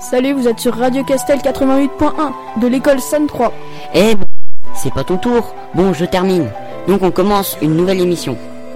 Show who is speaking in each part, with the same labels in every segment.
Speaker 1: Salut, vous êtes sur Radio Castel 88.1 de l'école San 3.
Speaker 2: Eh, c'est pas ton tour. Bon, je termine. Donc on commence une nouvelle émission.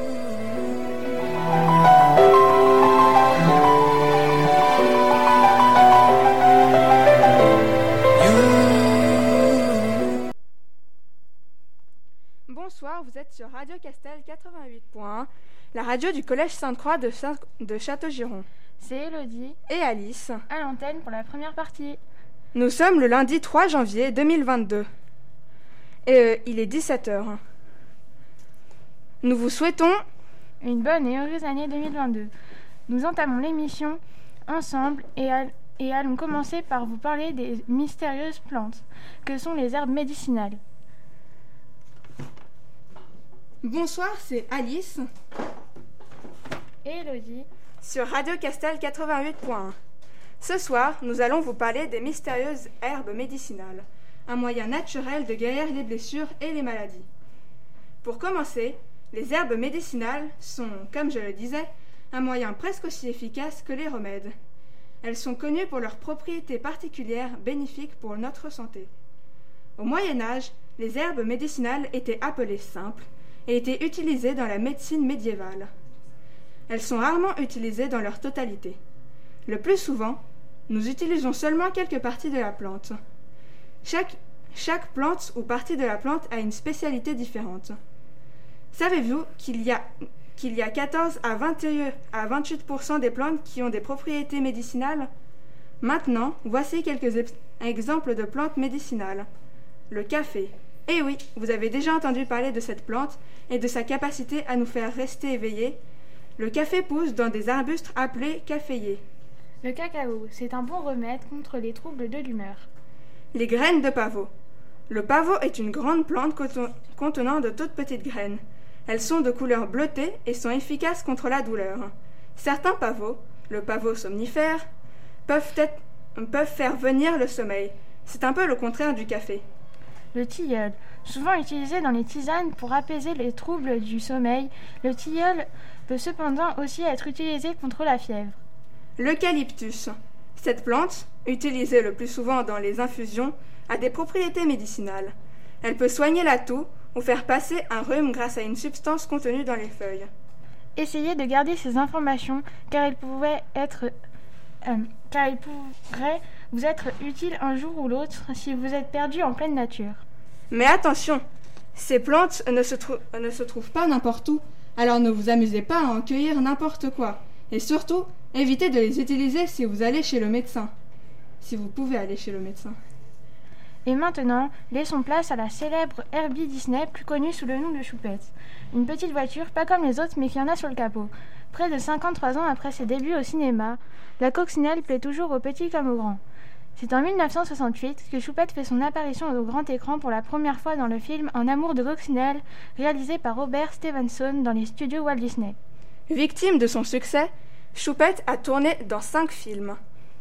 Speaker 3: Bonsoir, vous êtes sur Radio Castel 88.1, la radio du collège Sainte-Croix de Châteaugiron.
Speaker 4: C'est Elodie
Speaker 3: et Alice
Speaker 4: à l'antenne pour la première partie.
Speaker 3: Nous sommes le lundi 3 janvier 2022 et il est 17h. Nous vous souhaitons
Speaker 4: une bonne et heureuse année 2022. Nous entamons l'émission ensemble et allons commencer par vous parler des mystérieuses plantes que sont les herbes médicinales.
Speaker 3: Bonsoir, c'est Alice
Speaker 4: et Elodie
Speaker 3: sur Radio Castel 88.1. Ce soir, nous allons vous parler des mystérieuses herbes médicinales, un moyen naturel de guérir les blessures et les maladies. Pour commencer, les herbes médicinales sont, comme je le disais, un moyen presque aussi efficace que les remèdes. Elles sont connues pour leurs propriétés particulières bénéfiques pour notre santé. Au Moyen Âge, les herbes médicinales étaient appelées simples et étaient utilisées dans la médecine médiévale. Elles sont rarement utilisées dans leur totalité. Le plus souvent, nous utilisons seulement quelques parties de la plante. Chaque plante ou partie de la plante a une spécialité différente. Savez-vous qu'il y a 14 à 28% des plantes qui ont des propriétés médicinales ? Maintenant, voici quelques exemples de plantes médicinales. Le café. Eh oui, vous avez déjà entendu parler de cette plante et de sa capacité à nous faire rester éveillés. Le café pousse dans des arbustes appelés caféiers.
Speaker 4: Le cacao, c'est un bon remède contre les troubles de l'humeur.
Speaker 3: Les graines de pavot. Le pavot est une grande plante contenant de toutes petites graines. Elles sont de couleur bleutée et sont efficaces contre la douleur. Certains pavots, le pavot somnifère, peuvent faire venir le sommeil. C'est un peu le contraire du café.
Speaker 4: Le tilleul, souvent utilisé dans les tisanes pour apaiser les troubles du sommeil, le tilleul peut cependant aussi être utilisé contre la fièvre.
Speaker 3: L'eucalyptus. Cette plante, utilisée le plus souvent dans les infusions, a des propriétés médicinales. Elle peut soigner la toux ou faire passer un rhume grâce à une substance contenue dans les feuilles.
Speaker 4: Essayez de garder ces informations car elles pourraient vous être utiles un jour ou l'autre si vous êtes perdu en pleine nature.
Speaker 3: Mais attention, ces plantes ne se trouvent pas n'importe où, alors ne vous amusez pas à en cueillir n'importe quoi. Et surtout, évitez de les utiliser si vous allez chez le médecin. Si vous pouvez aller chez le médecin.
Speaker 4: Et maintenant, laissons place à la célèbre Herbie Disney, plus connue sous le nom de Choupette. Une petite voiture, pas comme les autres, mais qui en a sur le capot. Près de 53 ans après ses débuts au cinéma, la coccinelle plaît toujours aux petits comme aux grands. C'est en 1968 que Choupette fait son apparition au grand écran pour la première fois dans le film Un amour de coccinelle, réalisé par Robert Stevenson dans les studios Walt Disney.
Speaker 3: Victime de son succès, Choupette a tourné dans 5 films.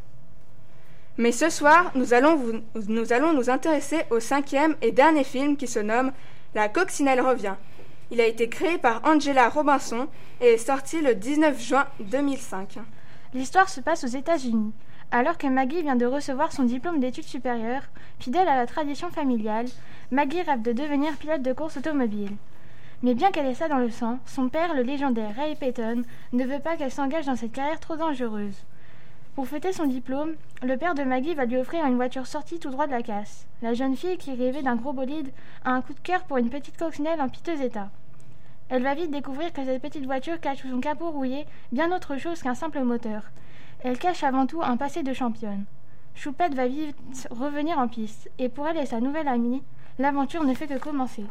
Speaker 3: Mais ce soir, nous allons nous intéresser au 5e et dernier film qui se nomme La coccinelle revient. Il a été créé par Angela Robinson et est sorti le 19 juin 2005.
Speaker 4: L'histoire se passe aux États-Unis. Alors que Maggie vient de recevoir son diplôme d'études supérieures, fidèle à la tradition familiale, Maggie rêve de devenir pilote de course automobile. Mais bien qu'elle ait ça dans le sang, son père, le légendaire Ray Peyton, ne veut pas qu'elle s'engage dans cette carrière trop dangereuse. Pour fêter son diplôme, le père de Maggie va lui offrir une voiture sortie tout droit de la casse. La jeune fille, qui rêvait d'un gros bolide, a un coup de cœur pour une petite coccinelle en piteux état. Elle va vite découvrir que cette petite voiture cache sous son capot rouillé bien autre chose qu'un simple moteur. Elle cache avant tout un passé de championne. Choupette va vite revenir en piste, et pour elle et sa nouvelle amie, l'aventure ne fait que commencer.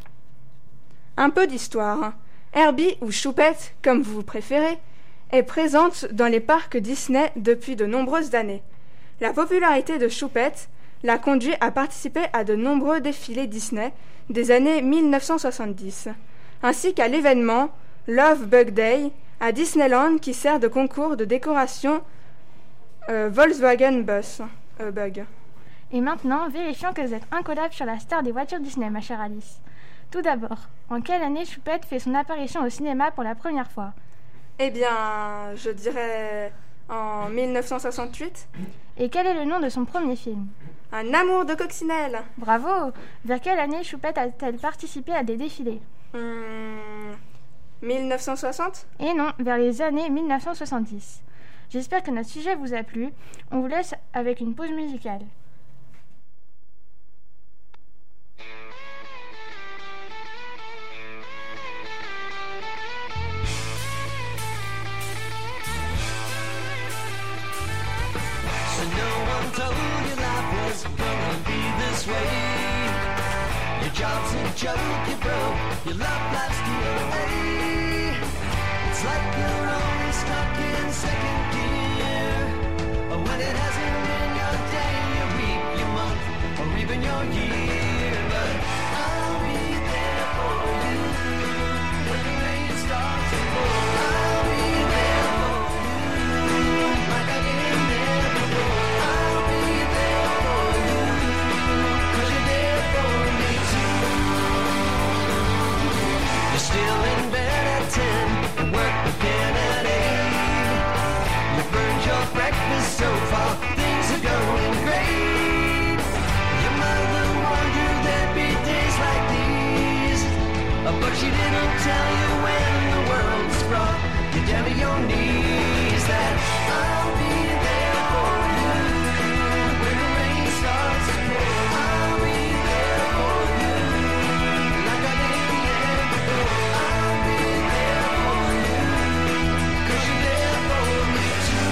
Speaker 3: Un peu d'histoire. Herbie, ou Choupette, comme vous préférez, est présente dans les parcs Disney depuis de nombreuses années. La popularité de Choupette l'a conduit à participer à de nombreux défilés Disney des années 1970, ainsi qu'à l'événement Love Bug Day à Disneyland qui sert de concours de décoration Volkswagen Bug.
Speaker 4: Et maintenant, vérifions que vous êtes incollable sur la star des voitures Disney, ma chère Alice. Tout d'abord, en quelle année Choupette fait son apparition au cinéma pour la première fois ?
Speaker 3: Eh bien, je dirais En 1968.
Speaker 4: Et quel est le nom de son premier film?
Speaker 3: Un amour de coccinelle.
Speaker 4: Bravo! Vers quelle année Choupette a-t-elle participé à des défilés?
Speaker 3: 1960.
Speaker 4: Et non, vers les années 1970. J'espère que notre sujet vous a plu. On vous laisse avec une pause musicale.
Speaker 5: So no one told you life was gonna be this way. Your job's a joke, you broke. Your love life's delay. It's like you're always stuck in second gear. When it hasn't been your day, your week, your month, or even your year. But I'll be there for you when the rain starts to pour. I'll be there for you like I've been there before. I'll be there for you 'cause you're there for me too. You're still in bed at 10 and work again at 8. You burned your breakfast so far, things are going great. Your mother warned you there'd be days like these, but she didn't tell you when the world's brought you down to your knees. That I'll be there for you when the rain starts to pour. I'll be there for you like I did before. I'll be there for you 'cause you're there for me too.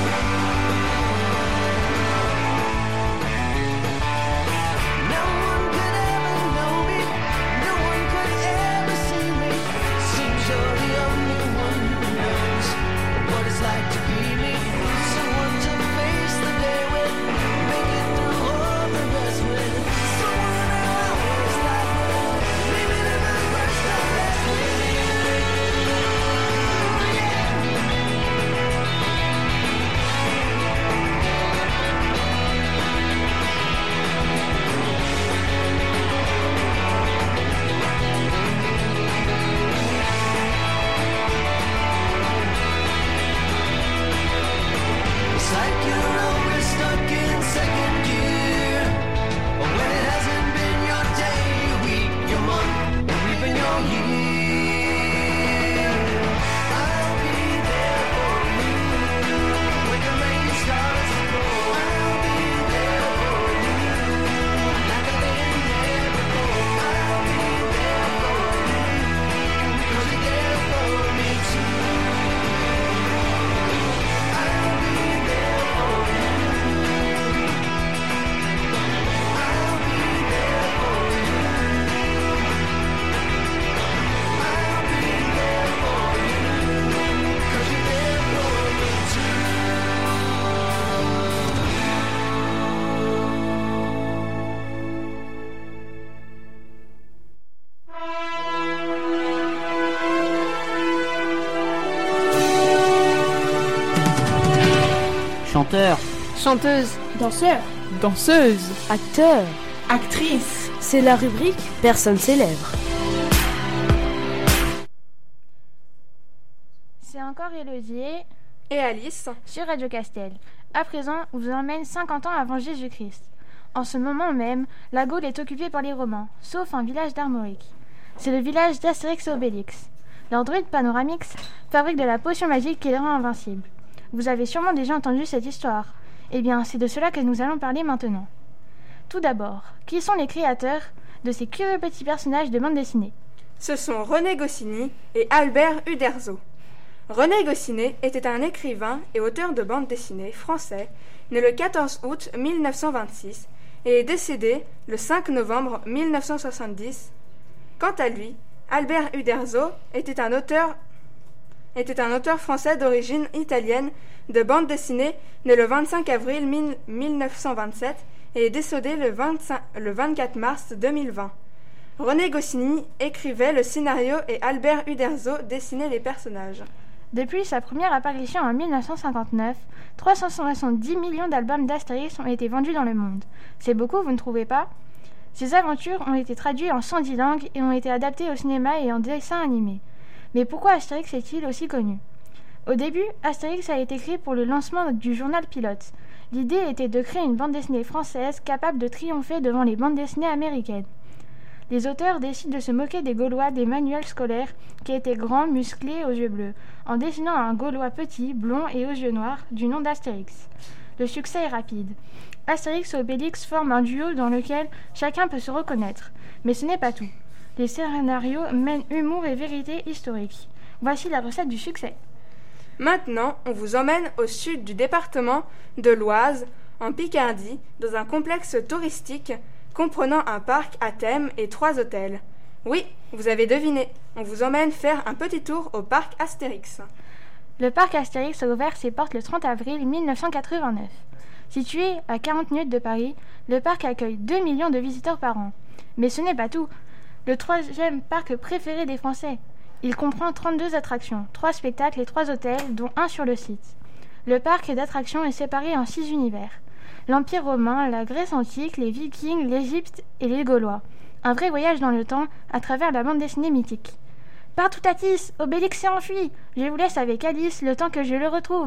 Speaker 5: No one could ever know me, no one could ever see me. Seems you're the only one who knows what it's like to be me. Someone to face the day with, make it through all the rest with. Someone I always laugh with, even in my worst time, that's with you. It's like you're always stuck in second gear. When it hasn't been your day, your week, your month, or even your year. I'll be there for you when the rain starts to pour. I'll be there for you like I've been there before. I'll be there for you 'cause you're there for me too. I'll be there for you. I'll be there for you. I'll be there for you 'cause you're there for me too.
Speaker 2: Chanteur,
Speaker 1: Chanteuse,
Speaker 6: Danseur,
Speaker 1: danseuse,
Speaker 6: acteur,
Speaker 1: actrice.
Speaker 6: c'est la rubrique Personne célèbre.
Speaker 4: C'est encore Élodie
Speaker 3: Et Alice.
Speaker 4: sur Radio Castel. À présent, on vous emmène 50 ans avant Jésus-Christ. En ce moment même, la Gaule est occupée par les Romains, sauf un village d'Armorique. C'est le village d'Astérix et Obélix. Leur druide Panoramix fabrique de la potion magique qui les rend invincibles. Vous avez sûrement déjà entendu cette histoire. Eh bien, c'est de cela que nous allons parler maintenant. Tout d'abord, qui sont les créateurs de ces curieux petits personnages de bande dessinée?
Speaker 3: Ce sont René Goscinny et Albert Uderzo. René Goscinny était un écrivain et auteur de bande dessinée français, né le 14 août 1926 et est décédé le 5 novembre 1970. Quant à lui, Albert Uderzo était un auteur français d'origine italienne de bande dessinée, né le 25 avril 1927 et est décédé le 24 mars 2020. René Goscinny écrivait le scénario et Albert Uderzo dessinait les personnages.
Speaker 4: Depuis sa première apparition en 1959, 370 millions d'albums d'Astérix ont été vendus dans le monde. C'est beaucoup, vous ne trouvez pas? Ces aventures ont été traduites en 110 langues et ont été adaptées au cinéma et en dessin animé. Mais pourquoi Astérix est-il aussi connu? Au début, Astérix a été créé pour le lancement du journal Pilote. L'idée était de créer une bande dessinée française capable de triompher devant les bandes dessinées américaines. Les auteurs décident de se moquer des Gaulois des manuels scolaires qui étaient grands, musclés, aux yeux bleus, en dessinant un Gaulois petit, blond et aux yeux noirs, du nom d'Astérix. Le succès est rapide. Astérix et Obélix forment un duo dans lequel chacun peut se reconnaître. Mais ce n'est pas tout. Les scénarios mènent humour et vérité historique. Voici la recette du succès.
Speaker 3: Maintenant, on vous emmène au sud du département de l'Oise, en Picardie, dans un complexe touristique comprenant un parc à thème et 3 hôtels. Oui, vous avez deviné, on vous emmène faire un petit tour au parc Astérix.
Speaker 4: Le parc Astérix a ouvert ses portes le 30 avril 1989. Situé à 40 minutes de Paris, le parc accueille 2 millions de visiteurs par an. Mais ce n'est pas tout. Le 3e parc préféré des Français. Il comprend 32 attractions, 3 spectacles et 3 hôtels, dont un sur le site. Le parc d'attractions est séparé en 6 univers. L'Empire romain, la Grèce antique, les Vikings, l'Égypte et les Gaulois. Un vrai voyage dans le temps à travers la bande dessinée mythique. Partout Atis, Obélix s'est enfui. Je vous laisse avec Alice le temps que je le retrouve.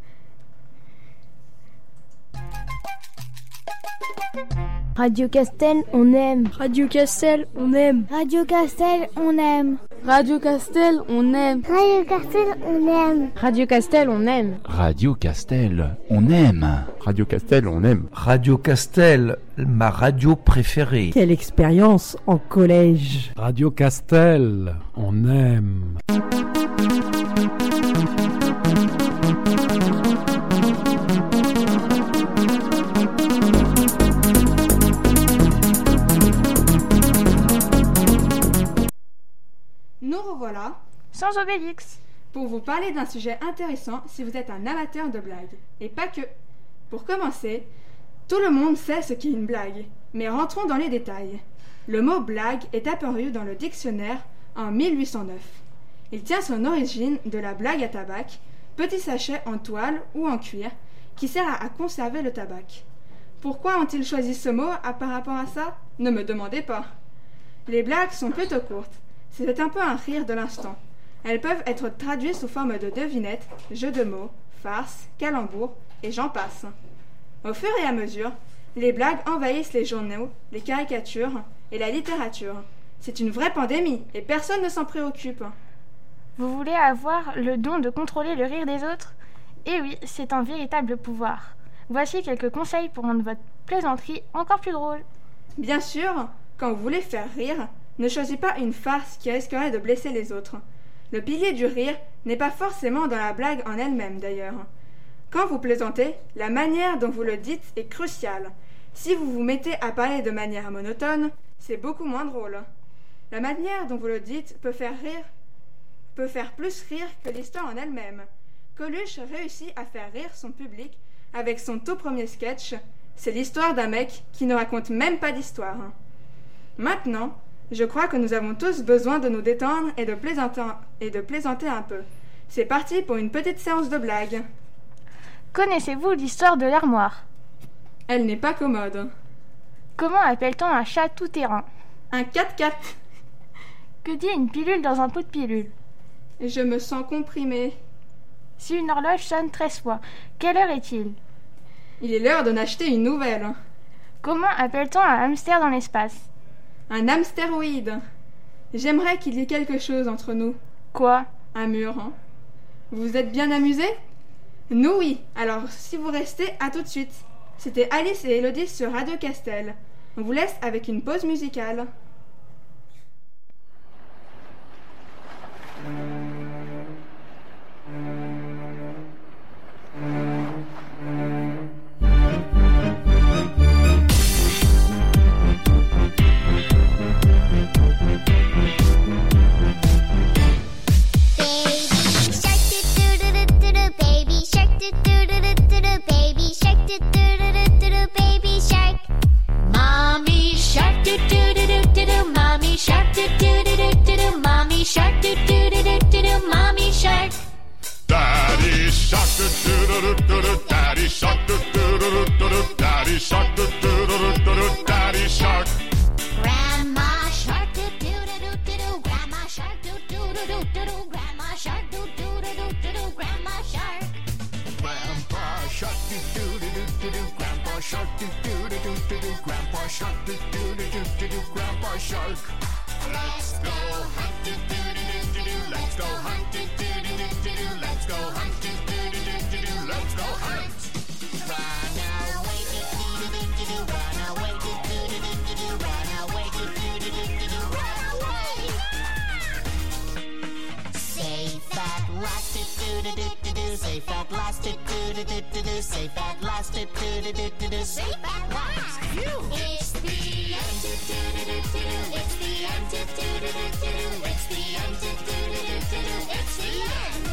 Speaker 6: Radio Castel, on aime.
Speaker 1: Radio Castel, on aime.
Speaker 7: Radio Castel, on aime.
Speaker 1: Radio Castel, on aime.
Speaker 7: Radio Castel, on aime.
Speaker 6: Radio Castel, on aime.
Speaker 8: Radio Castel, on aime.
Speaker 9: Radio Castel, on aime.
Speaker 10: Radio Castel, ma radio préférée.
Speaker 6: Quelle expérience en collège.
Speaker 11: Radio Castel, on aime.
Speaker 3: Nous revoilà,
Speaker 4: Sans Obélix,
Speaker 3: pour vous parler d'un sujet intéressant si vous êtes un amateur de blagues. Et pas que. Pour commencer, tout le monde sait ce qu'est une blague, mais rentrons dans les détails. Le mot blague est apparu dans le dictionnaire en 1809. Il tient son origine de la blague à tabac, petit sachet en toile ou en cuir, qui sert à conserver le tabac. Pourquoi ont-ils choisi ce mot par rapport à ça? Ne me demandez pas. Les blagues sont plutôt courtes. C'est un peu un rire de l'instant. Elles peuvent être traduites sous forme de devinettes, jeux de mots, farces, calembours, et j'en passe. Au fur et à mesure, les blagues envahissent les journaux, les caricatures et la littérature. C'est une vraie pandémie et personne ne s'en préoccupe.
Speaker 4: vous voulez avoir le don de contrôler le rire des autres? Eh oui, c'est un véritable pouvoir. Voici quelques conseils pour rendre votre plaisanterie encore plus drôle.
Speaker 3: Bien sûr, quand vous voulez faire rire, ne choisissez pas une farce qui risquerait de blesser les autres. Le pilier du rire n'est pas forcément dans la blague en elle-même d'ailleurs. Quand vous plaisantez, la manière dont vous le dites est cruciale. Si vous vous mettez à parler de manière monotone, c'est beaucoup moins drôle. La manière dont vous le dites peut faire plus rire que l'histoire en elle-même. Coluche réussit à faire rire son public avec son tout premier sketch. C'est l'histoire d'un mec qui ne raconte même pas d'histoire. Maintenant, je crois que nous avons tous besoin de nous détendre et de plaisanter un peu. C'est parti pour une petite séance de blagues.
Speaker 4: Connaissez-vous l'histoire de l'armoire?
Speaker 3: Elle n'est pas commode.
Speaker 4: Comment appelle-t-on un chat tout-terrain?
Speaker 3: Un 4x4.
Speaker 4: Que dit une pilule dans un pot de pilule?
Speaker 3: Je me sens comprimée.
Speaker 4: Si une horloge sonne 13 fois, quelle heure est-il?
Speaker 3: Il est l'heure d'en acheter une nouvelle.
Speaker 4: Comment appelle-t-on un hamster dans l'espace?
Speaker 3: Un hamstéroïde. J'aimerais qu'il y ait quelque chose entre nous.
Speaker 4: Quoi?
Speaker 3: Un mur, hein? Vous vous êtes bien amusés? Nous, oui. Alors, si vous restez, à tout de suite. C'était Alice et Élodie sur Radio Castel. On vous laisse avec une pause musicale.
Speaker 5: Daddy shark, do-do-do-do-do, Daddy shark, do-do-do-do-do, Daddy shark.
Speaker 7: Grandma shark, do-do-do-do-do, Grandma shark, do-do-do-do-do, Grandma shark, do-do-do-do-do, Grandma
Speaker 5: shark, do do do do do do. Grandpa shark, do do do do do do. Grandpa shark. Let's go hunt, do do do do do. Let's go hunt, do do do do do. Let's go hunt, do do do do do. Let's go hunt. Run away, do do do do do. Run away, do do do do do. Run away, do do do do do. Run away. Safe at last, do do do do do. Safe at last, do do do do do. Safe at last, do do do do do. Safe at last. It's the end, do do do do do. It's the end, do do do do do. It's the end, do do do do do. It's the end.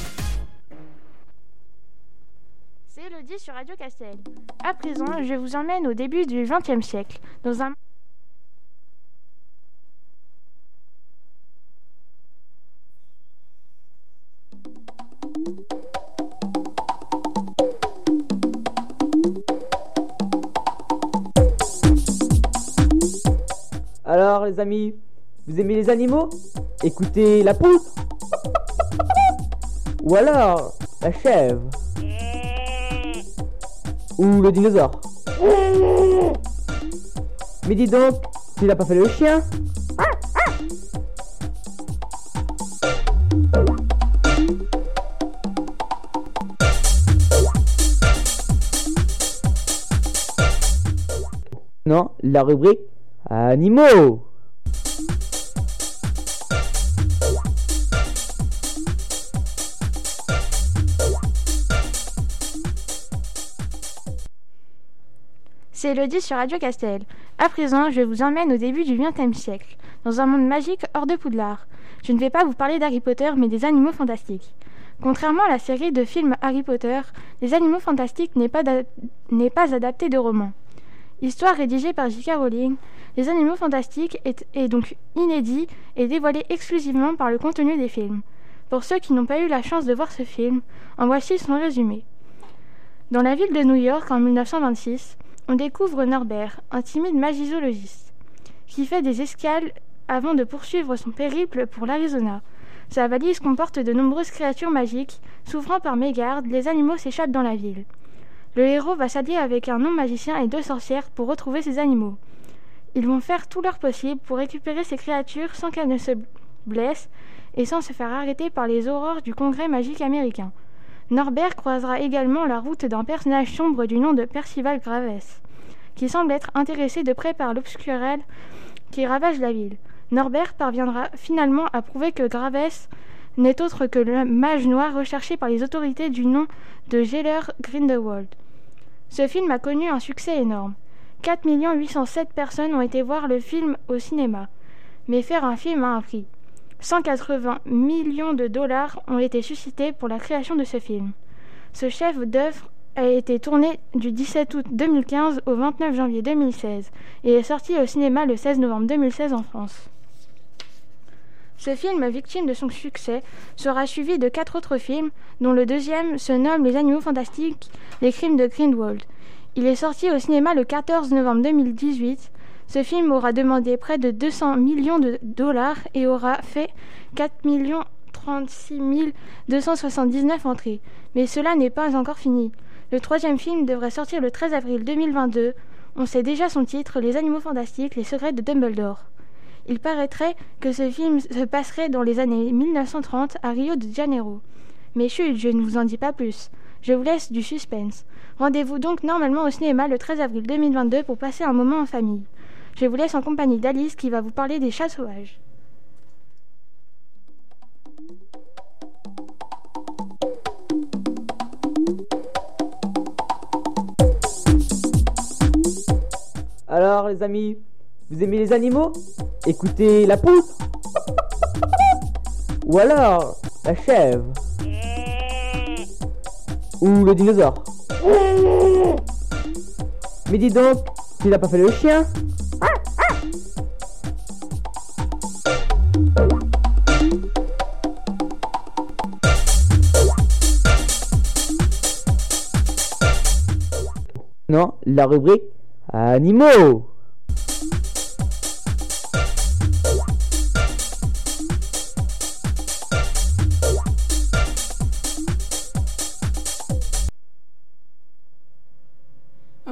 Speaker 4: C'est Elodie sur Radio Castel. À présent, je vous emmène au début du XXe siècle, dans un...
Speaker 9: Alors les amis, vous aimez les animaux? Écoutez la poule. Ou alors la chèvre. Ou le dinosaure. Mais dis donc, tu n'as pas fait le chien? Non, la rubrique animaux.
Speaker 4: C'est Elodie sur Radio Castel. À présent, je vous emmène au début du XXe siècle, dans un monde magique hors de Poudlard. Je ne vais pas vous parler d'Harry Potter, mais des animaux fantastiques. Contrairement à la série de films Harry Potter, Les Animaux Fantastiques n'est pas adapté de roman. Histoire rédigée par J.K. Rowling, Les Animaux Fantastiques est donc inédit et dévoilé exclusivement par le contenu des films. Pour ceux qui n'ont pas eu la chance de voir ce film, en voici son résumé. Dans la ville de New York en 1926, on découvre Norbert, un timide magizoologiste, qui fait des escales avant de poursuivre son périple pour l'Arizona. Sa valise comporte de nombreuses créatures magiques. Souffrant par mégarde, les animaux s'échappent dans la ville. Le héros va s'allier avec un non-magicien et 2 sorcières pour retrouver ces animaux. Ils vont faire tout leur possible pour récupérer ces créatures sans qu'elles ne se blessent et sans se faire arrêter par les horreurs du Congrès magique américain. Norbert croisera également la route d'un personnage sombre du nom de Percival Graves, qui semble être intéressé de près par l'obscurel qui ravage la ville. Norbert parviendra finalement à prouver que Graves n'est autre que le mage noir recherché par les autorités du nom de Geller Grindelwald. Ce film a connu un succès énorme. 4 807 personnes ont été voir le film au cinéma. Mais faire un film a un prix. 180 millions de dollars ont été suscités pour la création de ce film. Ce chef-d'œuvre a été tourné du 17 août 2015 au 29 janvier 2016 et est sorti au cinéma le 16 novembre 2016 en France. Ce film, victime de son succès, sera suivi de 4 autres films, dont le deuxième se nomme Les Animaux Fantastiques, les crimes de Grindelwald. Il est sorti au cinéma le 14 novembre 2018. Ce film aura demandé près de 200 millions de dollars et aura fait 4 036 279 entrées. Mais cela n'est pas encore fini. Le troisième film devrait sortir le 13 avril 2022. On sait déjà son titre, Les Animaux Fantastiques, les secrets de Dumbledore. Il paraîtrait que ce film se passerait dans les années 1930 à Rio de Janeiro. Mais chut, je ne vous en dis pas plus. Je vous laisse du suspense. Rendez-vous donc normalement au cinéma le 13 avril 2022 pour passer un moment en famille. Je vous laisse en compagnie d'Alice qui va vous parler des chats sauvages.
Speaker 9: Alors les amis, vous aimez les animaux? Écoutez la poule. Ou alors la chèvre. Ou le dinosaure. Mais dis donc, tu n'as pas fait le chien? Non, la rubrique animaux.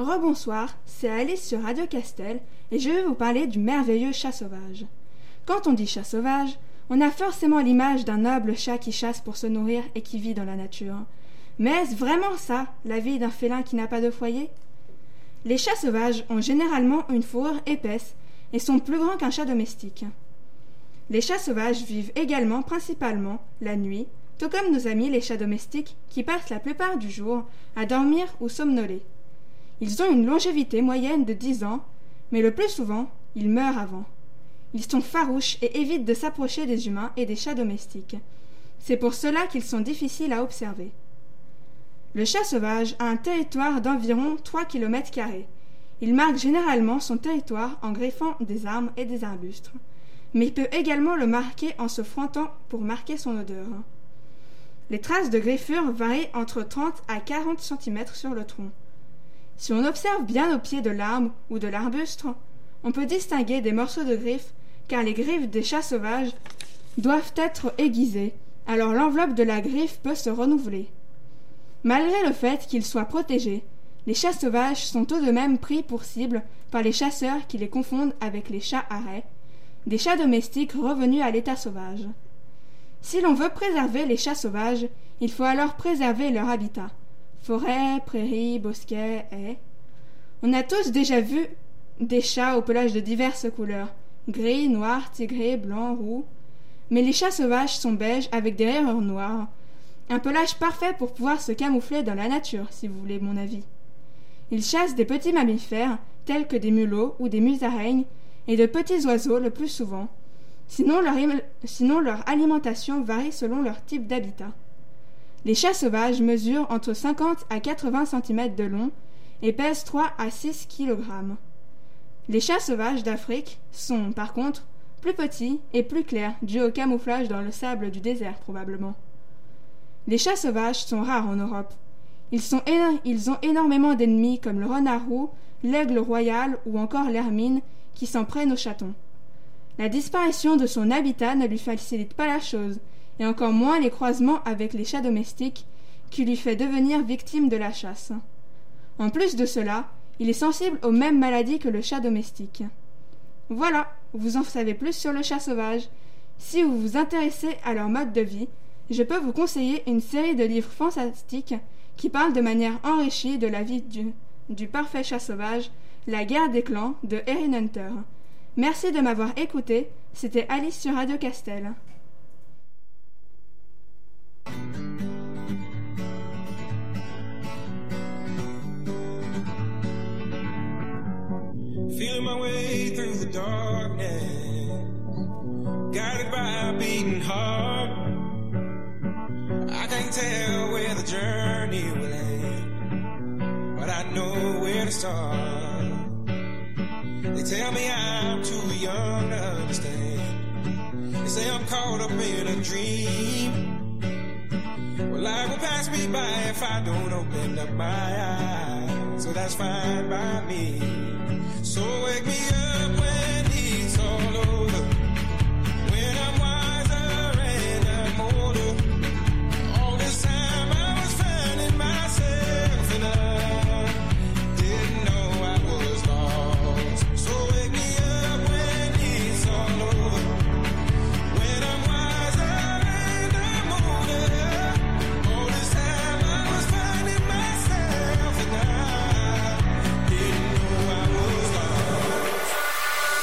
Speaker 3: rebonsoir, c'est Alice sur Radio Castel et je vais vous parler du merveilleux chat sauvage. Quand on dit chat sauvage, on a forcément l'image d'un noble chat qui chasse pour se nourrir et qui vit dans la nature. Mais est-ce vraiment ça, la vie d'un félin qui n'a pas de foyer ? Les chats sauvages ont généralement une fourrure épaisse et sont plus grands qu'un chat domestique. Les chats sauvages vivent également principalement la nuit, tout comme nos amis les chats domestiques qui passent la plupart du jour à dormir ou somnoler. Ils ont une longévité moyenne de 10 ans, mais le plus souvent, ils meurent avant. Ils sont farouches et évitent de s'approcher des humains et des chats domestiques. C'est pour cela qu'ils sont difficiles à observer. Le chat sauvage a un territoire d'environ 3 km². Il marque généralement son territoire en greffant des arbres et des arbustes, mais il peut également le marquer en se frottant pour marquer son odeur. Les traces de griffures varient entre 30 à 40 cm sur le tronc. Si on observe bien au pied de l'arbre ou de l'arbuste, on peut distinguer des morceaux de griffes, car les griffes des chats sauvages doivent être aiguisées, alors l'enveloppe de la griffe peut se renouveler. Malgré le fait qu'ils soient protégés, les chats sauvages sont tout de même pris pour cible par les chasseurs qui les confondent avec les chats arrêts, des chats domestiques revenus à l'état sauvage. Si l'on veut préserver les chats sauvages, il faut alors préserver leur habitat. Forêts, prairies, bosquets, haies. On a tous déjà vu des chats au pelage de diverses couleurs, gris, noir, tigré, blanc, roux. Mais les chats sauvages sont beiges avec des rayures noires. Un pelage parfait pour pouvoir se camoufler dans la nature, si vous voulez mon avis. Ils chassent des petits mammifères, tels que des mulots ou des musaraignes, et de petits oiseaux le plus souvent. Sinon leur alimentation varie selon leur type d'habitat. Les chats sauvages mesurent entre 50 à 80 cm de long et pèsent 3 à 6 kg. Les chats sauvages d'Afrique sont, par contre, plus petits et plus clairs, dû au camouflage dans le sable du désert probablement. Les chats sauvages sont rares en Europe. Ils ont énormément d'ennemis comme le renard roux, l'aigle royal ou encore l'hermine qui s'en prennent aux chatons. La disparition de son habitat ne lui facilite pas la chose, et encore moins les croisements avec les chats domestiques, qui lui fait devenir victime de la chasse. En plus de cela, il est sensible aux mêmes maladies que le chat domestique. Voilà, vous en savez plus sur le chat sauvage. Si vous vous intéressez à leur mode de vie, je peux vous conseiller une série de livres fantastiques qui parlent de manière enrichie de la vie du parfait chat sauvage, La guerre des clans de Erin Hunter. Merci de m'avoir écouté, c'était Alice sur Radio Castel.
Speaker 12: Feeling my way through the darkness, guided by a beating heart. I can't tell where the journey will end, but I know where to start. They tell me I'm too young to understand. They say I'm caught up in a dream. Well, life will pass me by if I don't open up my eyes, so that's fine by me. So wake me up when it's all over, when I'm wiser and I'm older. All this time I was finding myself and I didn't know I was lost. So wake me up when it's all over, when I'm wiser and I'm older. All this time I was finding myself and I didn't know I was lost.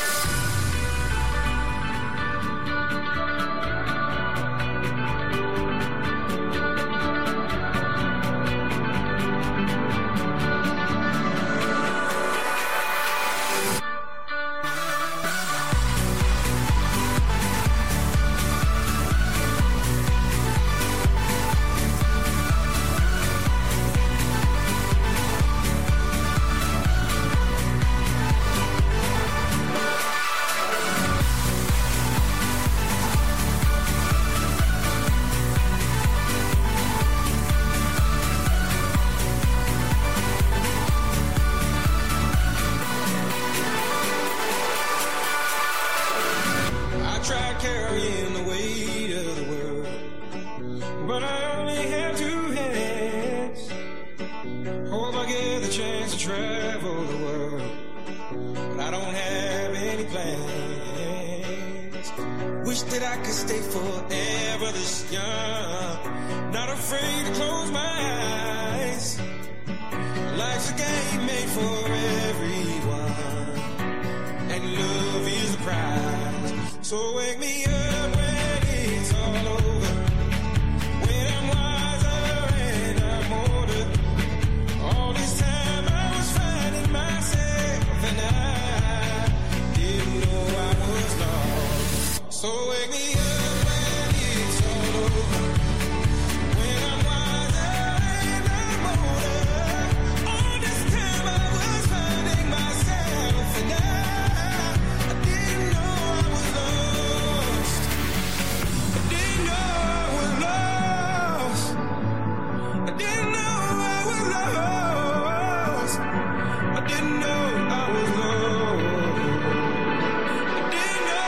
Speaker 12: that I could stay forever this young. Not afraid to close my eyes. Life's a game made for everyone, and love is the prize. So wake me up when it's all over, when I'm wiser and I'm older. All this time I was finding myself, and I didn't know I was lost. So wake me up when it's all over, when I'm wiser and I'm older. All this time I was finding myself, and I didn't know I was lost. I didn't know I was lost. I didn't know I was lost. I didn't know I was lost. I didn't know.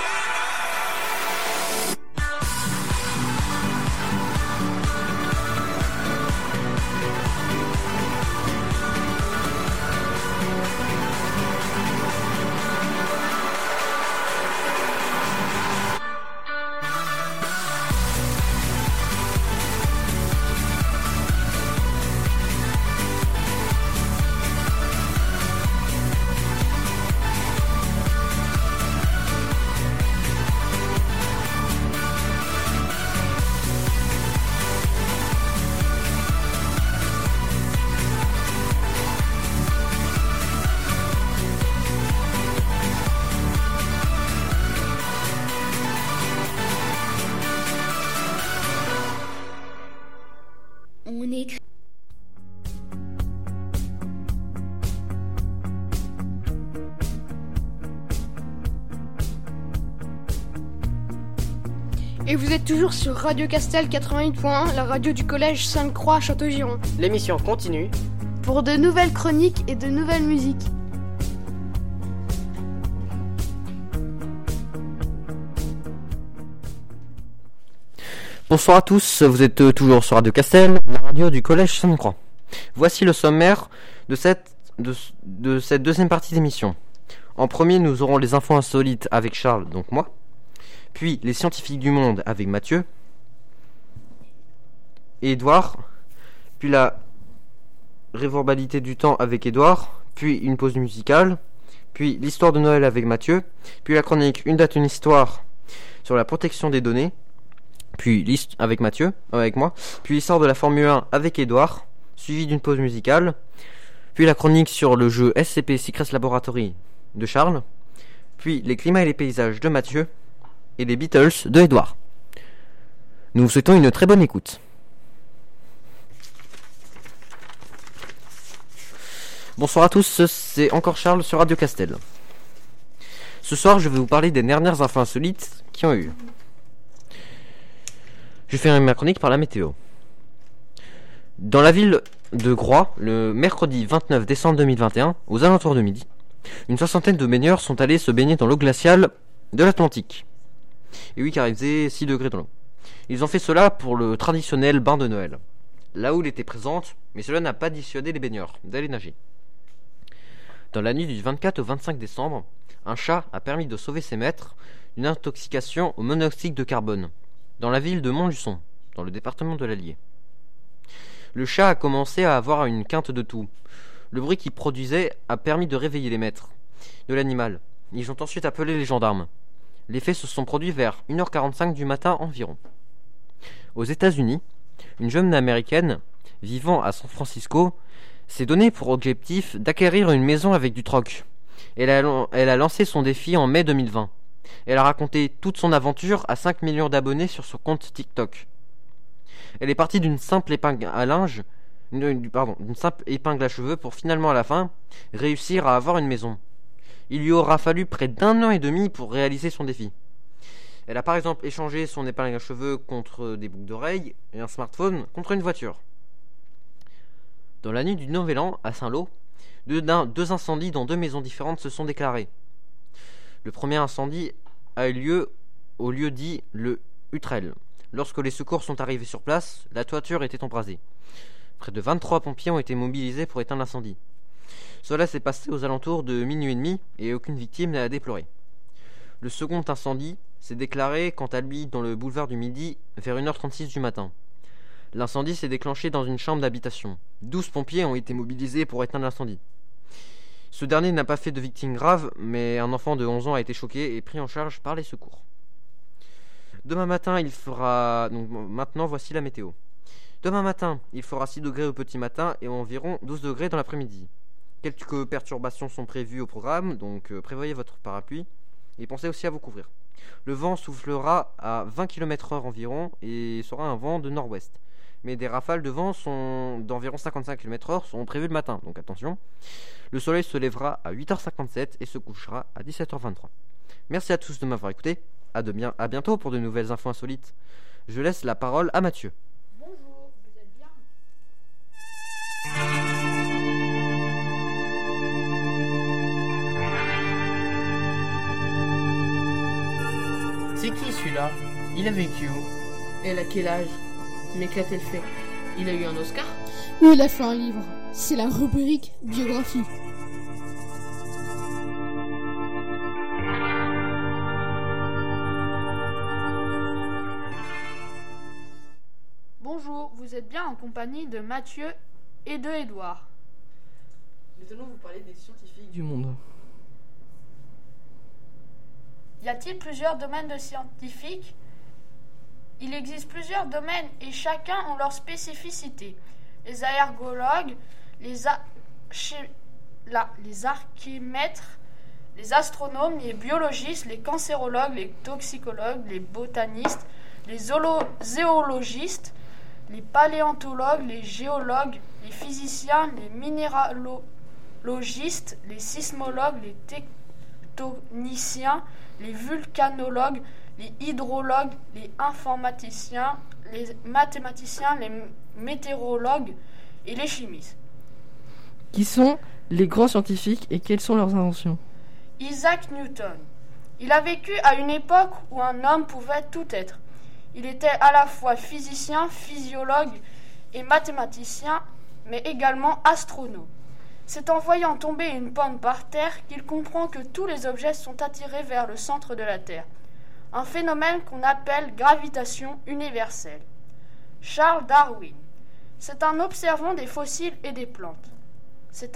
Speaker 7: On écrit.
Speaker 1: Et vous êtes toujours sur Radio Castel 88.1, la radio du collège Sainte-Croix à Château-Giron.
Speaker 2: L'émission continue.
Speaker 1: Pour de nouvelles chroniques et de nouvelles musiques.
Speaker 13: Bonsoir à tous, vous êtes toujours sur Radio Castel, la radio du collège Sainte-Croix. Voici le sommaire de cette deuxième partie d'émission. En premier, nous aurons les infos insolites avec Charles, donc moi. Puis les scientifiques du monde avec Mathieu et Édouard. Puis la réverbalité du temps avec Édouard. Puis une pause musicale. Puis l'histoire de Noël avec Mathieu. Puis la chronique Une date, une histoire sur la protection des données. Puis avec Mathieu, avec moi. Puis l'histoire de la Formule 1 avec Édouard, suivi d'une pause musicale. Puis la chronique sur le jeu SCP Secrets Laboratory de Charles. Puis les climats et les paysages de Mathieu. Et les Beatles de Édouard. Nous vous souhaitons une très bonne écoute. Bonsoir à tous, c'est encore Charles sur Radio Castel. Ce soir, je vais vous parler des dernières infos insolites qui ont eu. Je vais faire ma chronique par la météo. Dans la ville de Groix, le mercredi 29 décembre 2021, aux alentours de midi, une soixantaine de baigneurs sont allés se baigner dans l'eau glaciale de l'Atlantique. Et oui, car il faisait 6 degrés dans l'eau. Ils ont fait cela pour le traditionnel bain de Noël. La houle était présente, mais cela n'a pas dissuadé les baigneurs d'aller nager. Dans la nuit du 24 au 25 décembre, un chat a permis de sauver ses maîtres d'une intoxication au monoxyde de carbone, dans la ville de Montluçon, dans le département de l'Allier. Le chat a commencé à avoir une quinte de toux. Le bruit qu'il produisait a permis de réveiller les maîtres de l'animal. Ils ont ensuite appelé les gendarmes. Les faits se sont produits vers 1h45 du matin environ. Aux États-Unis, une jeune américaine vivant à San Francisco s'est donnée pour objectif d'acquérir une maison avec du troc. Elle a lancé son défi en mai 2020. Elle a raconté toute son aventure à 5 millions d'abonnés sur son compte TikTok. Elle est partie d'une simple épingle à linge, d'une simple épingle à cheveux pour finalement à la fin réussir à avoir une maison. Il lui aura fallu près d'1 an et demi pour réaliser son défi. Elle a par exemple échangé son épingle à cheveux contre des boucles d'oreilles et un smartphone contre une voiture. Dans la nuit du Nouvel An, à Saint-Lô, deux incendies dans 2 maisons différentes se sont déclarés. Le premier incendie a eu lieu au lieu dit le Hutrel. Lorsque les secours sont arrivés sur place, la toiture était embrasée. Près de 23 pompiers ont été mobilisés pour éteindre l'incendie. Cela s'est passé aux alentours de minuit et demi et aucune victime n'a à déplorer. Le second incendie s'est déclaré, quant à lui, dans le boulevard du Midi, vers 1h36 du matin. L'incendie s'est déclenché dans une chambre d'habitation. 12 pompiers ont été mobilisés pour éteindre l'incendie. Ce dernier n'a pas fait de victimes graves, mais un enfant de 11 ans a été choqué et pris en charge par les secours. Demain matin, il fera... Donc maintenant, voici la météo. Demain matin, il fera 6 degrés au petit matin et environ 12 degrés dans l'après-midi. Quelques perturbations sont prévues au programme, donc prévoyez votre parapluie et pensez aussi à vous couvrir. Le vent soufflera à 20 km/h environ et sera un vent de nord-ouest. Mais des rafales de vent d'environ 55 km/h sont prévues le matin, donc attention. Le soleil se lèvera à 8h57 et se couchera à 17h23. Merci à tous de m'avoir écouté. À bientôt pour de nouvelles infos insolites. Je laisse la parole à Mathieu.
Speaker 1: Bonjour, vous êtes bien?
Speaker 14: C'est qui celui-là? Il a vécu où?
Speaker 15: Elle a quel âge? Mais qu'a-t-elle fait?
Speaker 14: Il a eu un Oscar?
Speaker 1: Ou il a fait un livre. C'est la rubrique biographie.
Speaker 15: Bonjour, vous êtes bien en compagnie de Mathieu et de Édouard.
Speaker 14: Nous allons vous parler des scientifiques du monde.
Speaker 15: Y a-t-il plusieurs domaines de scientifiques? Il existe plusieurs domaines et chacun ont leur spécificité. Les aérgologues, les archimètres, les astronomes, les biologistes, les cancérologues, les toxicologues, les botanistes, les zoologistes, les paléontologues, les géologues, les physiciens, les minéralogistes, les sismologues, les tectoniciens, les vulcanologues, les hydrologues, les informaticiens, les mathématiciens, les météorologues et les chimistes.
Speaker 14: Qui sont les grands scientifiques et quelles sont leurs inventions?
Speaker 15: Isaac Newton. Il a vécu à une époque où un homme pouvait tout être. Il était à la fois physicien, physiologue et mathématicien, mais également astronome. C'est en voyant tomber une pomme par terre qu'il comprend que tous les objets sont attirés vers le centre de la Terre. Un phénomène qu'on appelle gravitation universelle. Charles Darwin. C'est un observant des fossiles et des plantes. C'est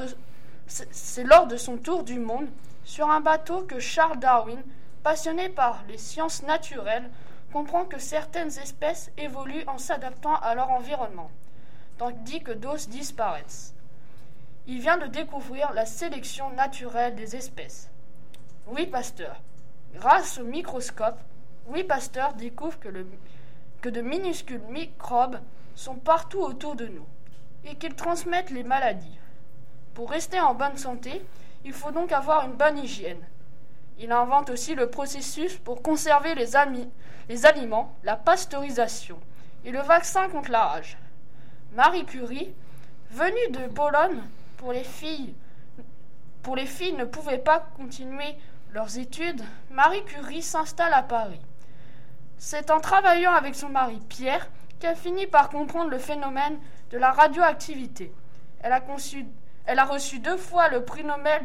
Speaker 15: lors de son tour du monde sur un bateau que Charles Darwin, passionné par les sciences naturelles, comprend que certaines espèces évoluent en s'adaptant à leur environnement, tandis que d'autres disparaissent. Il vient de découvrir la sélection naturelle des espèces. Louis Pasteur. Grâce au microscope, Louis Pasteur découvre que de minuscules microbes sont partout autour de nous et qu'ils transmettent les maladies. Pour rester en bonne santé, il faut donc avoir une bonne hygiène. Il invente aussi le processus pour conserver les aliments, la pasteurisation et le vaccin contre la rage. Marie Curie, venue de Bologne pour les filles ne pouvaient pas continuer leurs études, Marie Curie s'installe à Paris. C'est en travaillant avec son mari Pierre qu'elle finit par comprendre le phénomène de la radioactivité. Elle a reçu 2 fois le prix Nobel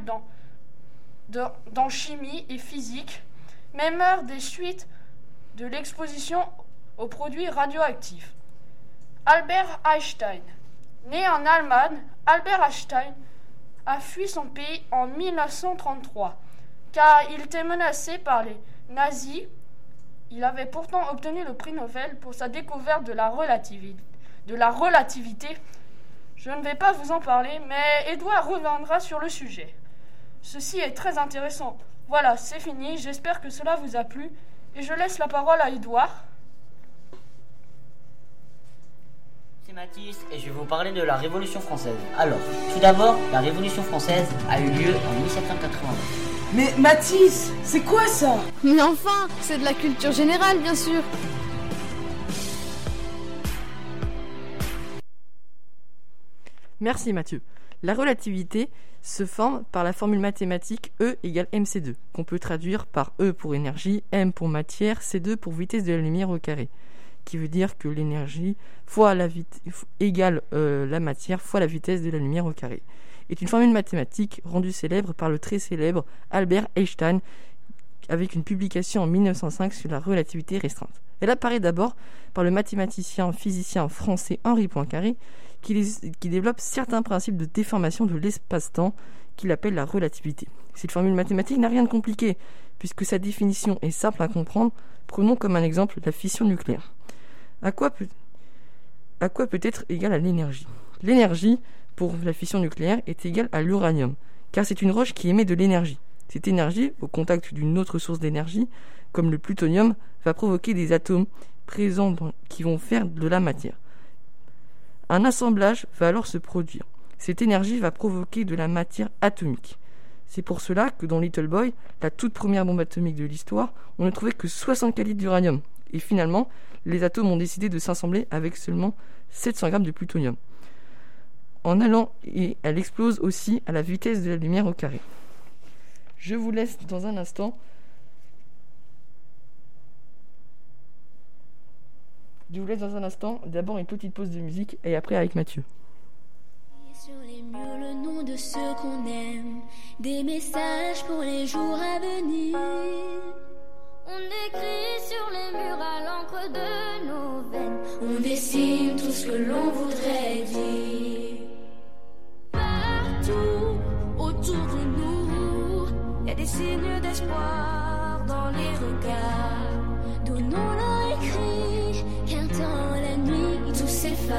Speaker 15: dans chimie et physique, mais meurt des suites de l'exposition aux produits radioactifs. Albert Einstein. Né en Allemagne, Albert Einstein a fui son pays en 1933, car il était menacé par les nazis. Il avait pourtant obtenu le prix Nobel pour sa découverte de la relativité. Je ne vais pas vous en parler, mais Édouard reviendra sur le sujet. Ceci est très intéressant. Voilà, c'est fini. J'espère que cela vous a plu. Et je laisse la parole à Édouard.
Speaker 2: C'est Mathis et je vais vous parler de la Révolution française. Alors, tout d'abord, la Révolution française a eu lieu en 1789.
Speaker 16: Mais Mathis, c'est quoi ça?
Speaker 1: Mais enfin, c'est de la culture générale, bien sûr.
Speaker 14: Merci Mathieu. La relativité se forme par la formule mathématique E égale mc2, qu'on peut traduire par E pour énergie, m pour matière, c2 pour vitesse de la lumière au carré, qui veut dire que l'énergie fois égale la matière fois la vitesse de la lumière au carré. Est une formule mathématique rendue célèbre par le très célèbre Albert Einstein, avec une publication en 1905 sur la relativité restreinte. Elle apparaît d'abord par le mathématicien-physicien français Henri Poincaré, qui développe certains principes de déformation de l'espace-temps qu'il appelle la relativité. Cette formule mathématique n'a rien de compliqué, puisque sa définition est simple à comprendre. Prenons comme un exemple la fission nucléaire. À quoi peut être égale à l'énergie ? L'énergie, pour la fission nucléaire, est égale à l'uranium, car c'est une roche qui émet de l'énergie. Cette énergie, au contact d'une autre source d'énergie, comme le plutonium, va provoquer des atomes présents qui vont faire de la matière. Un assemblage va alors se produire. Cette énergie va provoquer de la matière atomique. C'est pour cela que dans Little Boy, la toute première bombe atomique de l'histoire, on ne trouvait que 64 litres d'uranium. Et finalement, les atomes ont décidé de s'assembler avec seulement 700 grammes de plutonium. En allant, et elle explose aussi à la vitesse de la lumière au carré. Je vous laisse dans un instant. D'abord une petite pause de musique et après avec Mathieu.
Speaker 7: Sur les murs le nom de ceux qu'on aime, des messages pour les jours à venir. On écrit sur les murs à l'encre de nos veines, on dessine tout ce que l'on voudrait dire. Partout autour de nous, y a des signes d'espoir dans les regards. Donnons-leur écrit, qu'un temps la nuit tout s'efface.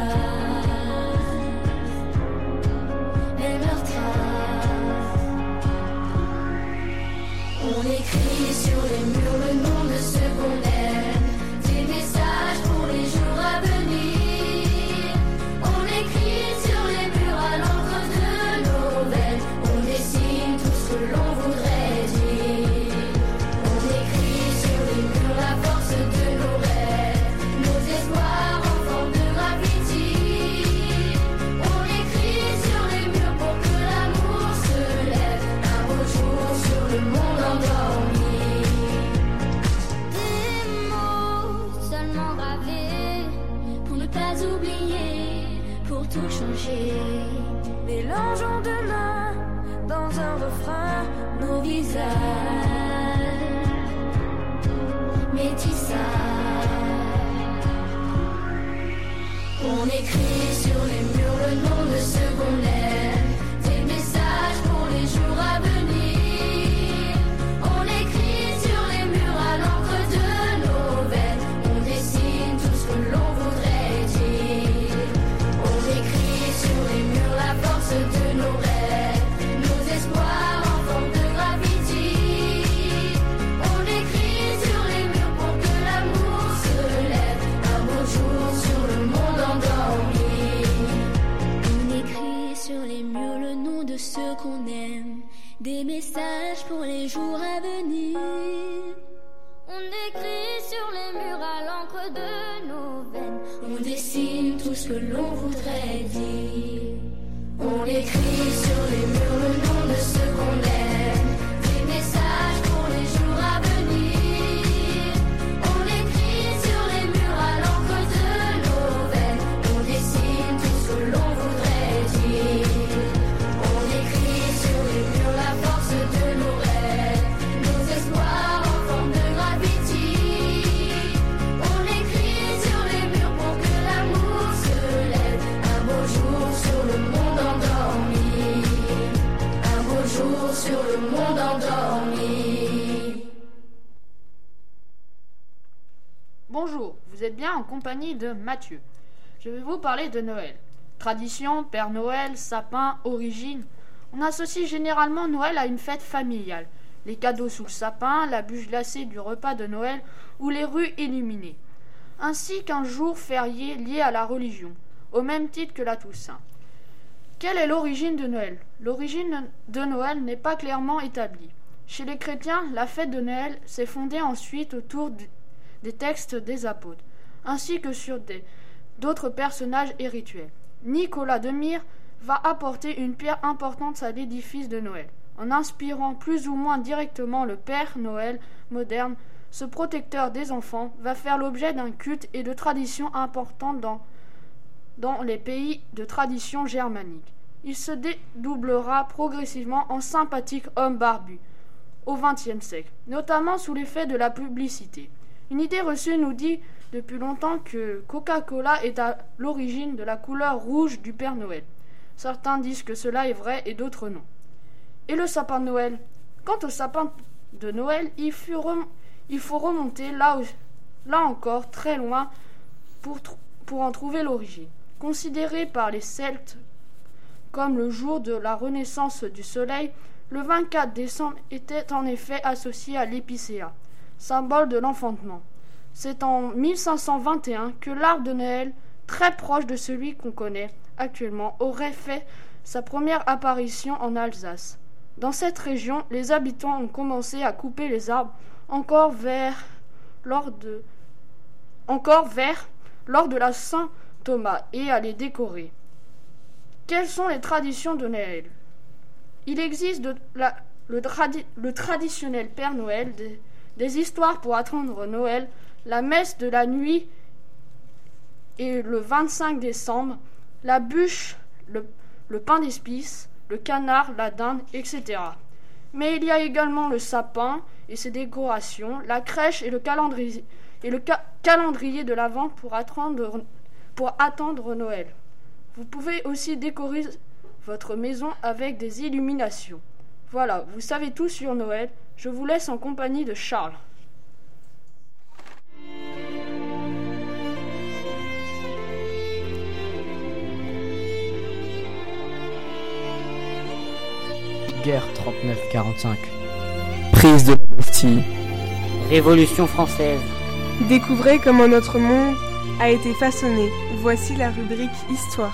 Speaker 7: Même leurs traces. On écrit sur les murs le nom de ceux qu'on aime, des messages pour les jours à venir. On écrit sur les murs à l'encre de nos veines, on dessine tout ce que l'on voudrait dire. On écrit sur les murs la force de nos rêves, nos espoirs en forme de graffiti. On écrit sur les murs pour que l'amour se lève un beau jour sur le monde endormi. Des mots seulement gravés pour ne pas oublier, pour tout changer. Mélangeons demain dans un refrain nos visages. Métissage. On écrit sur les murs le nom de ceux qu'on aime, des messages pour les jours à venir. On écrit sur les murs à l'encre de nos veines, on dessine tout ce que l'on voudrait dire. On écrit sur les murs la force de nos rêves, nos espoirs en forme de graffiti. On écrit sur les murs pour que l'amour se lève un beau jour sur le monde endormi. On écrit sur les murs le nom de ceux qu'on aime, des messages pour les jours à venir. On écrit sur les murs à l'encre de nos veines, on dessine tout ce que l'on voudrait dire. On écrit sur les murs le nom de ceux qu'on aime, des messages pour les jours à venir. On écrit sur les murs à l'encre de nos veines, on dessine tout ce que l'on voudrait dire. On écrit sur les murs la force de nos rêves, nos espoirs en forme de graffiti. On écrit sur les murs pour que l'amour se lève un beau jour sur le monde endormi. Un beau jour sur le monde endormi.
Speaker 15: Bonjour, vous êtes bien en compagnie de Mathieu. Je vais vous parler de Noël. Tradition, Père Noël, sapin, origine. On associe généralement Noël à une fête familiale. Les cadeaux sous le sapin, la bûche glacée du repas de Noël ou les rues illuminées. Ainsi qu'un jour férié lié à la religion, au même titre que la Toussaint. Quelle est l'origine de Noël ? L'origine de Noël n'est pas clairement établie. Chez les chrétiens, la fête de Noël s'est fondée ensuite autour des textes des apôtres, ainsi que sur d'autres personnages et rituels. Nicolas de Myre va apporter une pierre importante à l'édifice de Noël. En inspirant plus ou moins directement le Père Noël moderne, ce protecteur des enfants va faire l'objet d'un culte et de traditions importantes dans les pays de tradition germanique. Il se dédoublera progressivement en sympathique homme barbu. au XXe siècle, notamment sous l'effet de la publicité. Une idée reçue nous dit depuis longtemps que Coca-Cola est à l'origine de la couleur rouge du Père Noël. Certains disent que cela est vrai et d'autres non. Et le sapin de Noël? Quant au sapin de Noël, il faut remonter là encore très loin pour en trouver l'origine. Considéré par les Celtes comme le jour de la renaissance du soleil, le 24 décembre était en effet associé à l'épicéa, symbole de l'enfantement. C'est en 1521 que l'arbre de Noël, très proche de celui qu'on connaît actuellement, aurait fait sa première apparition en Alsace. Dans cette région, les habitants ont commencé à couper les arbres encore verts lors de la Saint-Thomas et à les décorer. Quelles sont les traditions de Noël? Il existe le traditionnel Père Noël, des histoires pour attendre Noël, la messe de la nuit et le 25 décembre, la bûche, le pain d'épices, le canard, la dinde, etc. Mais il y a également le sapin et ses décorations, la crèche et le calendrier de l'Avent pour attendre Noël. Vous pouvez aussi décorer votre maison avec des illuminations. Voilà, vous savez tout sur Noël. Je vous laisse en compagnie de Charles.
Speaker 17: Guerre 39-45. Prise de la Bastille.
Speaker 2: Révolution française.
Speaker 18: Découvrez comment notre monde a été façonné. Voici la rubrique Histoire.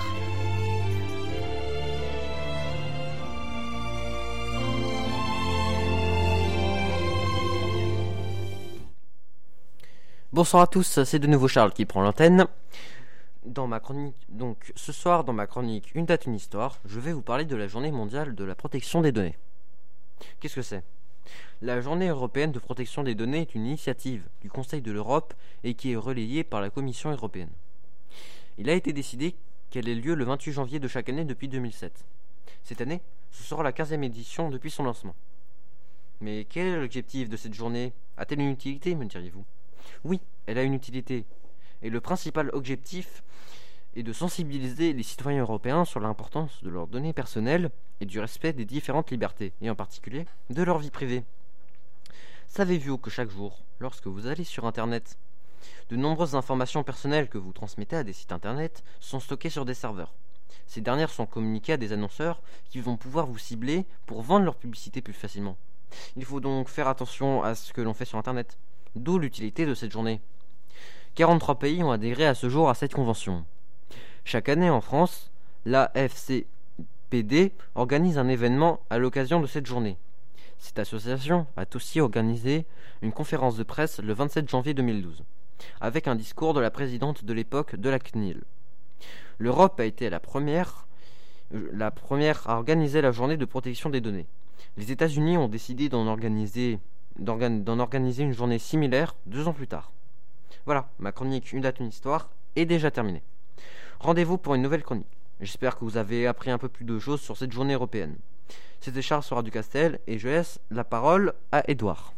Speaker 13: Bonsoir à tous, c'est de nouveau Charles qui prend l'antenne. Dans ma chronique, donc ce soir, dans ma chronique Une date, une histoire, je vais vous parler de la journée mondiale de la protection des données. Qu'est-ce que c'est? La journée européenne de protection des données est une initiative du Conseil de l'Europe et qui est relayée par la Commission européenne. Il a été décidé qu'elle ait lieu le 28 janvier de chaque année depuis 2007. Cette année, ce sera la 15e édition depuis son lancement. Mais quel est l'objectif de cette journée? A-t-elle une utilité, me diriez-vous? Oui, elle a une utilité. Et le principal objectif est de sensibiliser les citoyens européens sur l'importance de leurs données personnelles et du respect des différentes libertés, et en particulier de leur vie privée. Savez-vous que chaque jour, lorsque vous allez sur Internet, de nombreuses informations personnelles que vous transmettez à des sites Internet sont stockées sur des serveurs. Ces dernières sont communiquées à des annonceurs qui vont pouvoir vous cibler pour vendre leur publicité plus facilement. Il faut donc faire attention à ce que l'on fait sur Internet. D'où l'utilité de cette journée. 43 pays ont adhéré à ce jour à cette convention. Chaque année en France, la FCPD organise un événement à l'occasion de cette journée. Cette association a aussi organisé une conférence de presse le 27 janvier 2012, avec un discours de la présidente de l'époque de la CNIL. L'Europe a été la première à organiser la journée de protection des données. Les États-Unis ont décidé d'en organiser une journée similaire 2 ans plus tard. Voilà, ma chronique Une date, une histoire est déjà terminée. Rendez-vous pour une nouvelle chronique. J'espère que vous avez appris un peu plus de choses sur cette journée européenne. C'était Charles sur Radio Castel et je laisse la parole à Édouard.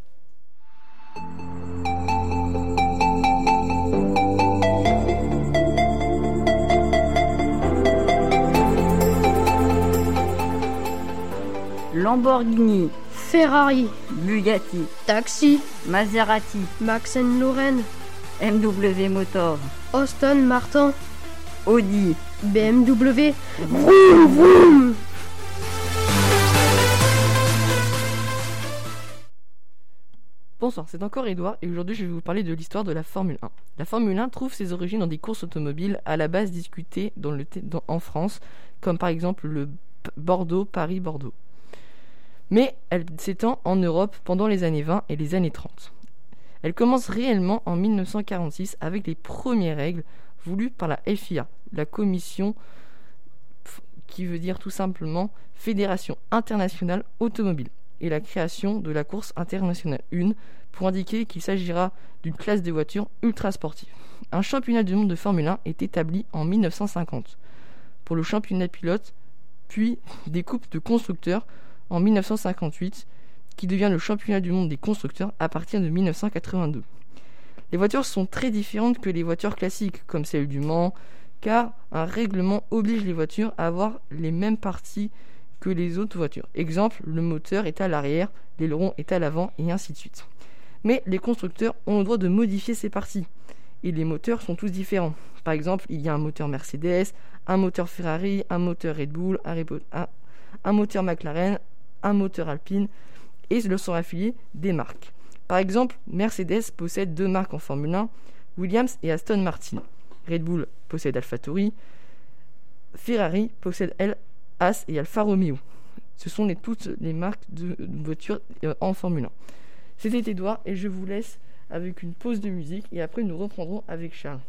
Speaker 19: Lamborghini,
Speaker 1: Ferrari,
Speaker 19: Bugatti,
Speaker 1: Taxi,
Speaker 19: Maserati,
Speaker 1: Max & Lorraine,
Speaker 19: MW Motor,
Speaker 1: Aston Martin,
Speaker 19: Audi,
Speaker 1: BMW, vroom vroom.
Speaker 14: Bonsoir, c'est encore Edouard et aujourd'hui je vais vous parler de l'histoire de la Formule 1. La Formule 1 trouve ses origines dans des courses automobiles à la base discutées en France, comme par exemple le Bordeaux-Paris-Bordeaux. Mais elle s'étend en Europe pendant les années 20 et les années 30. Elle commence réellement en 1946 avec les premières règles voulues par la FIA, la commission qui veut dire tout simplement Fédération Internationale Automobile, et la création de la course internationale 1 pour indiquer qu'il s'agira d'une classe de voitures ultra sportives. Un championnat du monde de Formule 1 est établi en 1950 pour le championnat de pilotes, puis des coupes de constructeurs en 1958, qui devient le championnat du monde des constructeurs à partir de 1982. Les voitures sont très différentes que les voitures classiques, comme celles du Mans, car un règlement oblige les voitures à avoir les mêmes parties que les autres voitures. Exemple, le moteur est à l'arrière, l'aileron est à l'avant, et ainsi de suite. Mais les constructeurs ont le droit de modifier ces parties, et les moteurs sont tous différents. Par exemple, il y a un moteur Mercedes, un moteur Ferrari, un moteur Red Bull, un moteur McLaren, un moteur Alpine, et le sont affiliés des marques. Par exemple, Mercedes possède 2 marques en Formule 1, Williams et Aston Martin. Red Bull possède AlphaTauri, Ferrari possède Haas et Alfa Romeo. Ce sont toutes les marques de voitures en Formule 1. C'était Edouard et je vous laisse avec une pause de musique et après nous reprendrons avec Charles.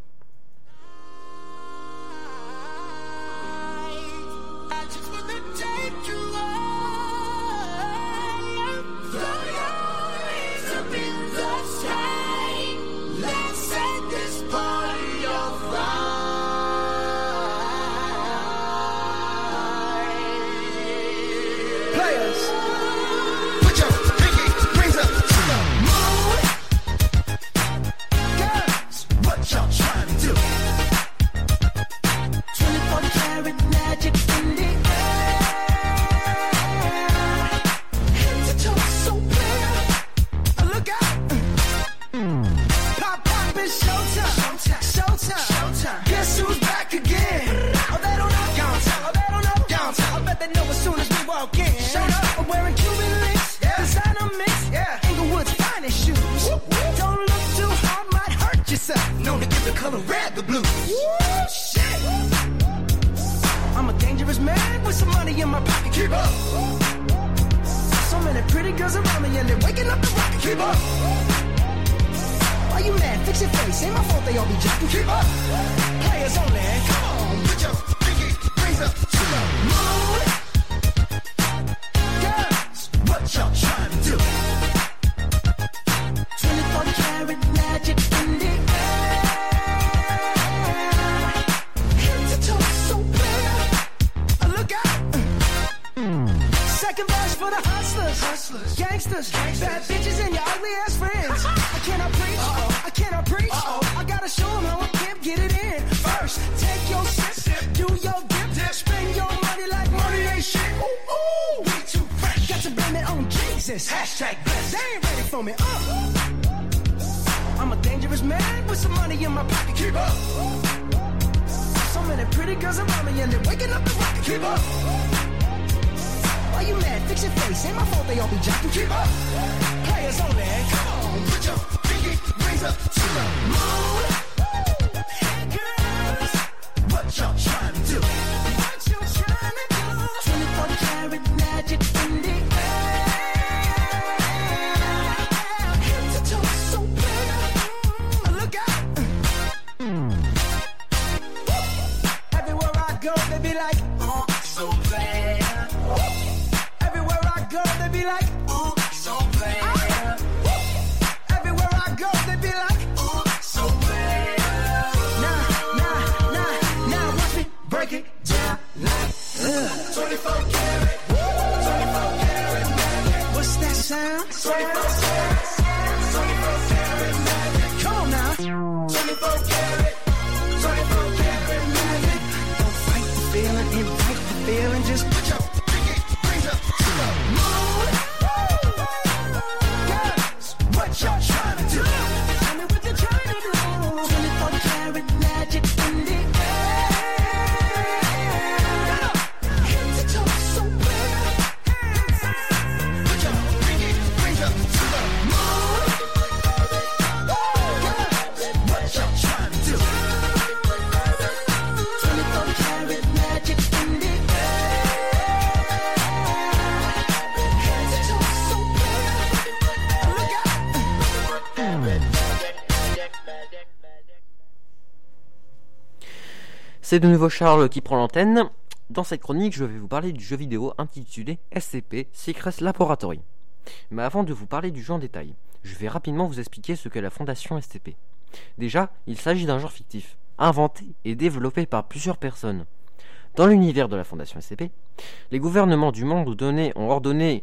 Speaker 14: C'est de nouveau Charles qui prend l'antenne. Dans cette chronique, je vais vous parler du jeu vidéo intitulé SCP Secret Laboratory. Mais avant de vous parler du jeu en détail, je vais rapidement vous expliquer ce qu'est la Fondation SCP. Déjà, il s'agit d'un genre fictif, inventé et développé par plusieurs personnes. Dans l'univers de la Fondation SCP, les gouvernements du monde ont ordonné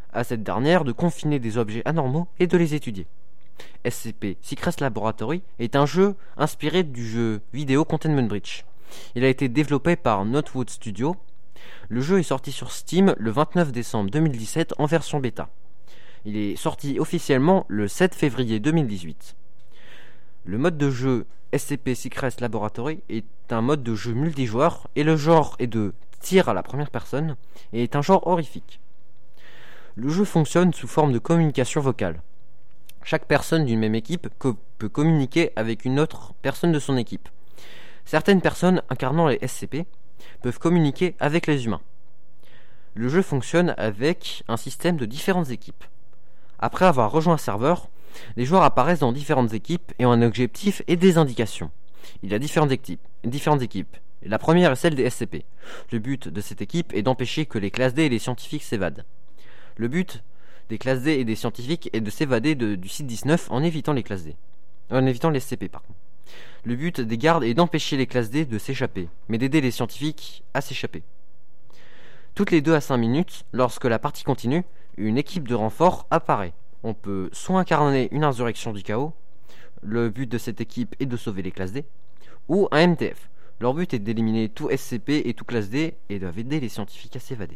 Speaker 13: à cette dernière de confiner des objets anormaux et de les étudier. SCP Secrets Laboratory est un jeu inspiré du jeu vidéo Containment Breach. Il a été développé par Notewood Studio. Le jeu est sorti sur Steam le 29 décembre 2017 en version bêta. Il est sorti officiellement le 7 février 2018. Le mode de jeu SCP Secrets Laboratory est un mode de jeu multijoueur et le genre est de tir à la première personne et est un genre horrifique. Le jeu fonctionne sous forme de communication vocale. Chaque personne d'une même équipe peut communiquer avec une autre personne de son équipe. Certaines personnes incarnant les SCP peuvent communiquer avec les humains. Le jeu fonctionne avec un système de différentes équipes. Après avoir rejoint un serveur, les joueurs apparaissent dans différentes équipes et ont un objectif et des indications. Il y a différentes équipes. La première est celle des SCP. Le but de cette équipe est d'empêcher que les classes D et les scientifiques s'évadent. Le but des classes D et des scientifiques est de s'évader du site 19 en évitant les classes D. En évitant les SCP, pardon. Le but des gardes est d'empêcher les classes D de s'échapper, mais d'aider les scientifiques à s'échapper. Toutes les 2 à 5 minutes, lorsque la partie continue, une équipe de renfort apparaît. On peut soit incarner une insurrection du chaos, le but de cette équipe est de sauver les classes D, ou un MTF. Leur but est d'éliminer tout SCP et tout classe D et d'aider les scientifiques à s'évader.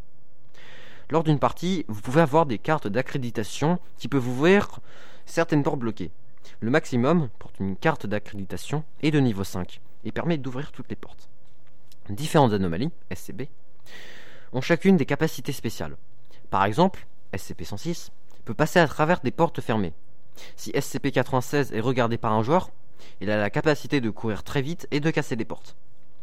Speaker 13: Lors d'une partie, vous pouvez avoir des cartes d'accréditation qui peuvent ouvrir certaines portes bloquées. Le maximum pour une carte d'accréditation est de niveau 5 et permet d'ouvrir toutes les portes. Différentes anomalies, SCP, ont chacune des capacités spéciales. Par exemple, SCP-106 peut passer à travers des portes fermées. Si SCP-96 est regardé par un joueur, il a la capacité de courir très vite et de casser des portes.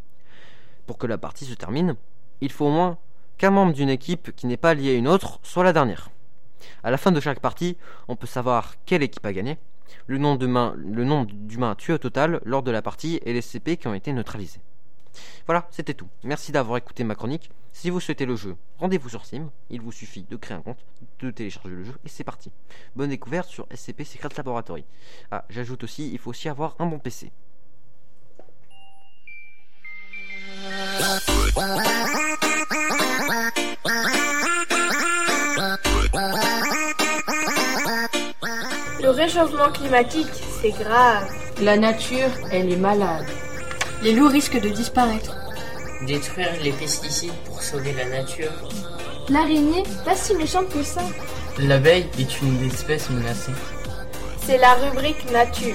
Speaker 13: Pour que la partie se termine, il faut au moins qu'un membre d'une équipe qui n'est pas lié à une autre soit la dernière. À la fin de chaque partie, on peut savoir quelle équipe a gagné, le nombre d'humains tués au total lors de la partie et les SCP qui ont été neutralisés. Voilà, c'était tout. Merci d'avoir écouté ma chronique. Si vous souhaitez le jeu, rendez-vous sur Steam. Il vous suffit de créer un compte, de télécharger le jeu et c'est parti. Bonne découverte sur SCP Secrets Laboratory. Ah, j'ajoute aussi, il faut aussi avoir un bon PC.
Speaker 1: Le réchauffement climatique, c'est grave.
Speaker 15: La nature, elle est malade.
Speaker 1: Les loups risquent de disparaître.
Speaker 2: Détruire les pesticides pour sauver la nature.
Speaker 1: L'araignée, pas si méchante que ça.
Speaker 17: L'abeille est une espèce menacée.
Speaker 1: C'est la rubrique nature.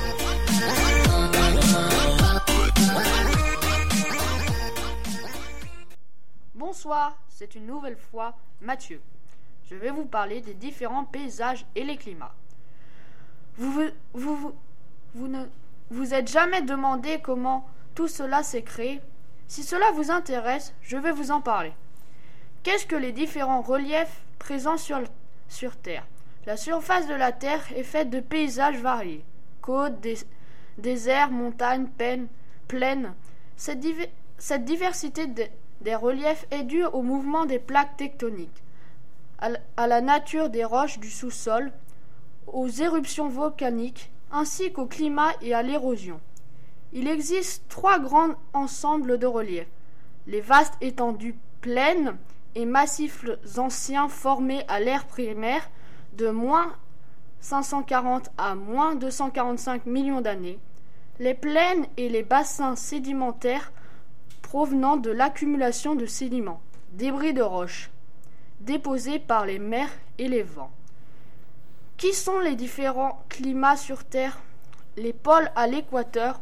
Speaker 15: Bonsoir, c'est une nouvelle fois Mathieu. Je vais vous parler des différents paysages et les climats. Vous ne vous êtes jamais demandé comment tout cela s'est créé? Si cela vous intéresse, je vais vous en parler. Qu'est-ce que les différents reliefs présents sur Terre? La surface de la Terre est faite de paysages variés. Côtes, déserts, montagnes, plaines. Cette diversité des reliefs est due au mouvement des plaques tectoniques, à la nature des roches du sous-sol, aux éruptions volcaniques, ainsi qu'au climat et à l'érosion. Il existe 3 grands ensembles de reliefs. Les vastes étendues plaines et massifs anciens formés à l'ère primaire de moins 540 à moins 245 millions d'années. Les plaines et les bassins sédimentaires provenant de l'accumulation de sédiments, débris de roches, déposés par les mers et les vents. Qui sont les différents climats sur Terre? Des pôles à l'équateur,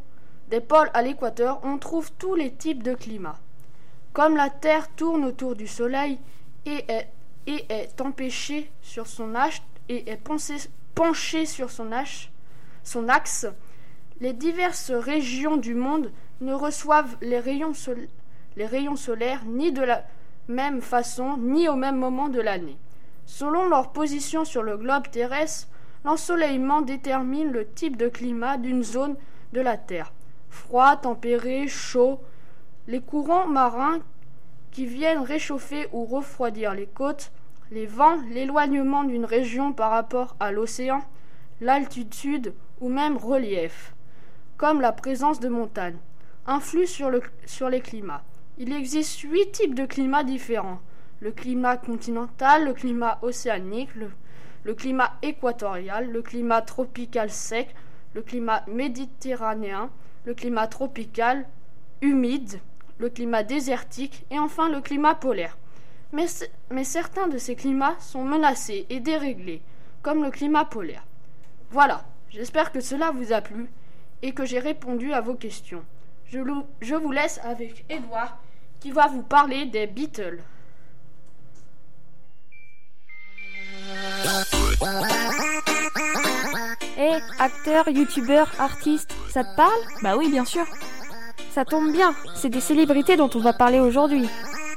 Speaker 15: on trouve tous les types de climats. Comme la Terre tourne autour du Soleil et est empêchée sur son axe et est penchée sur son axe, les diverses régions du monde ne reçoivent les rayons solaires ni de la même façon ni au même moment de l'année. Selon leur position sur le globe terrestre, l'ensoleillement détermine le type de climat d'une zone de la Terre. Froid, tempéré, chaud. Les courants marins qui viennent réchauffer ou refroidir les côtes, les vents, l'éloignement d'une région par rapport à l'océan, l'altitude ou même relief, comme la présence de montagnes, influent sur les climats. Il existe 8 types de climats différents. le climat continental, le climat océanique, le climat équatorial, le climat tropical sec, le climat méditerranéen, le climat tropical humide, le climat désertique et enfin le climat polaire. Mais certains de ces climats sont menacés et déréglés, comme le climat polaire. Voilà, j'espère que cela vous a plu et que j'ai répondu à vos questions. Je vous laisse avec Edouard qui va vous parler des Beatles.
Speaker 6: Acteurs, youtubeurs, artistes, ça te parle ?
Speaker 20: Bah oui, bien sûr.
Speaker 6: Ça tombe bien, c'est des célébrités dont on va parler aujourd'hui.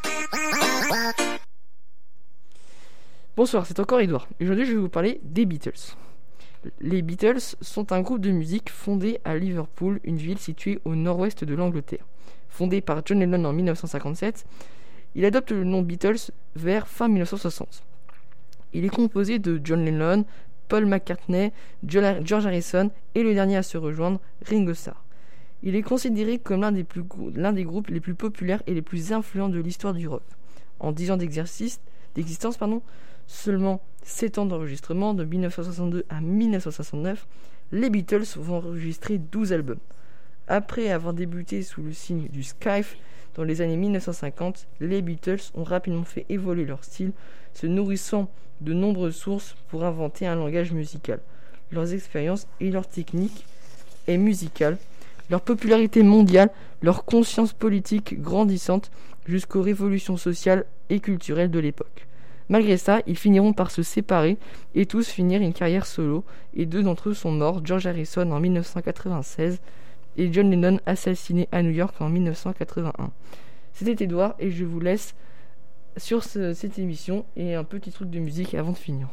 Speaker 14: Bonsoir, c'est encore Edouard. Aujourd'hui, je vais vous parler des Beatles. Les Beatles sont un groupe de musique fondé à Liverpool, une ville située au nord-ouest de l'Angleterre. Fondé par John Lennon en 1957, il adopte le nom Beatles vers fin 1960. Il est composé de John Lennon, Paul McCartney, George Harrison et le dernier à se rejoindre, Ringo Starr. Il est considéré comme l'un des groupes les plus populaires et les plus influents de l'histoire du rock. En 10 ans d'existence, seulement 7 ans d'enregistrement, de 1962 à 1969, les Beatles vont enregistrer 12 albums. Après avoir débuté sous le signe du skiff dans les années 1950, les Beatles ont rapidement fait évoluer leur style, se nourrissant de nombreuses sources pour inventer un langage musical. Leurs expériences et leur technique est musicale, leur popularité mondiale, leur conscience politique grandissante jusqu'aux révolutions sociales et culturelles de l'époque. Malgré ça, ils finiront par se séparer et tous finir une carrière solo, et 2 d'entre eux sont morts, George Harrison en 1996 et John Lennon assassiné à New York en 1981. C'était Edouard et je vous laisse sur cette émission et un petit truc de musique avant de finir.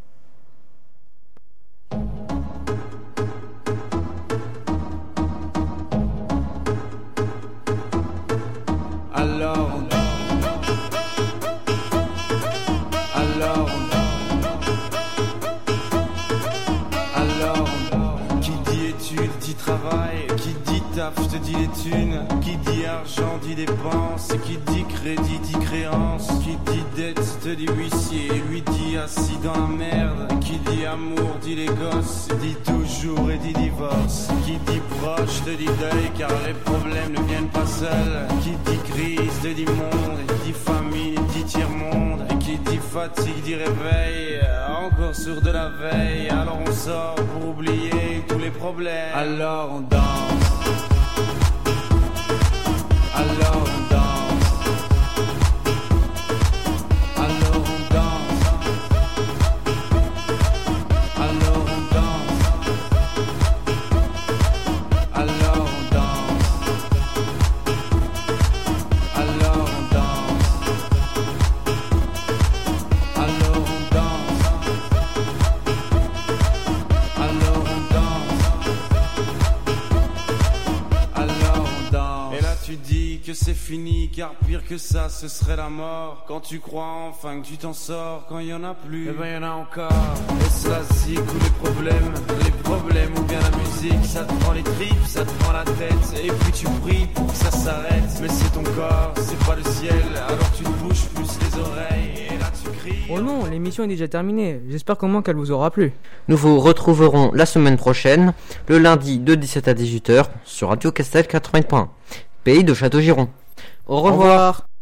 Speaker 12: Alors, qui dit études dit travail, qui dit taf te dit les thunes, qui dit argent dit dépenses, qui dit crédit dit créance, qui dit dette te dit huissier, lui dit assis dans la merde, qui dit amour dit les gosses, dit toujours et dit divorce, qui dit proche te dit deuil car les problèmes ne viennent pas seuls, qui dit crise te dit monde, dit famille dit tiers-monde, et qui dit fatigue dit réveil, encore sourd de la veille, alors on sort pour oublier tous les problèmes, alors on danse, alors on danse, alors on danse, alors on danse, alors on danse, alors on danse, alors on danse, alors on danse, alors on danse. Et là tu dis que c'est fini car pire que ça ce serait la mort. Quand tu crois enfin que tu t'en sors, quand il y en a plus, eh ben y en a encore. Et cela zig ou les problèmes ou bien la musique, ça te prend les tripes, ça te prend la tête, et puis tu pries pour que ça s'arrête. Mais c'est ton corps, c'est pas le ciel, alors tu te bouges plus les oreilles, et là tu cries.
Speaker 9: Oh non, l'émission est déjà terminée. J'espère qu'au moins qu'elle vous aura plu.
Speaker 13: Nous vous retrouverons la semaine prochaine, le lundi de 17 à 18h sur Radio Castel 88.1, pays de Château-Giron. Au revoir.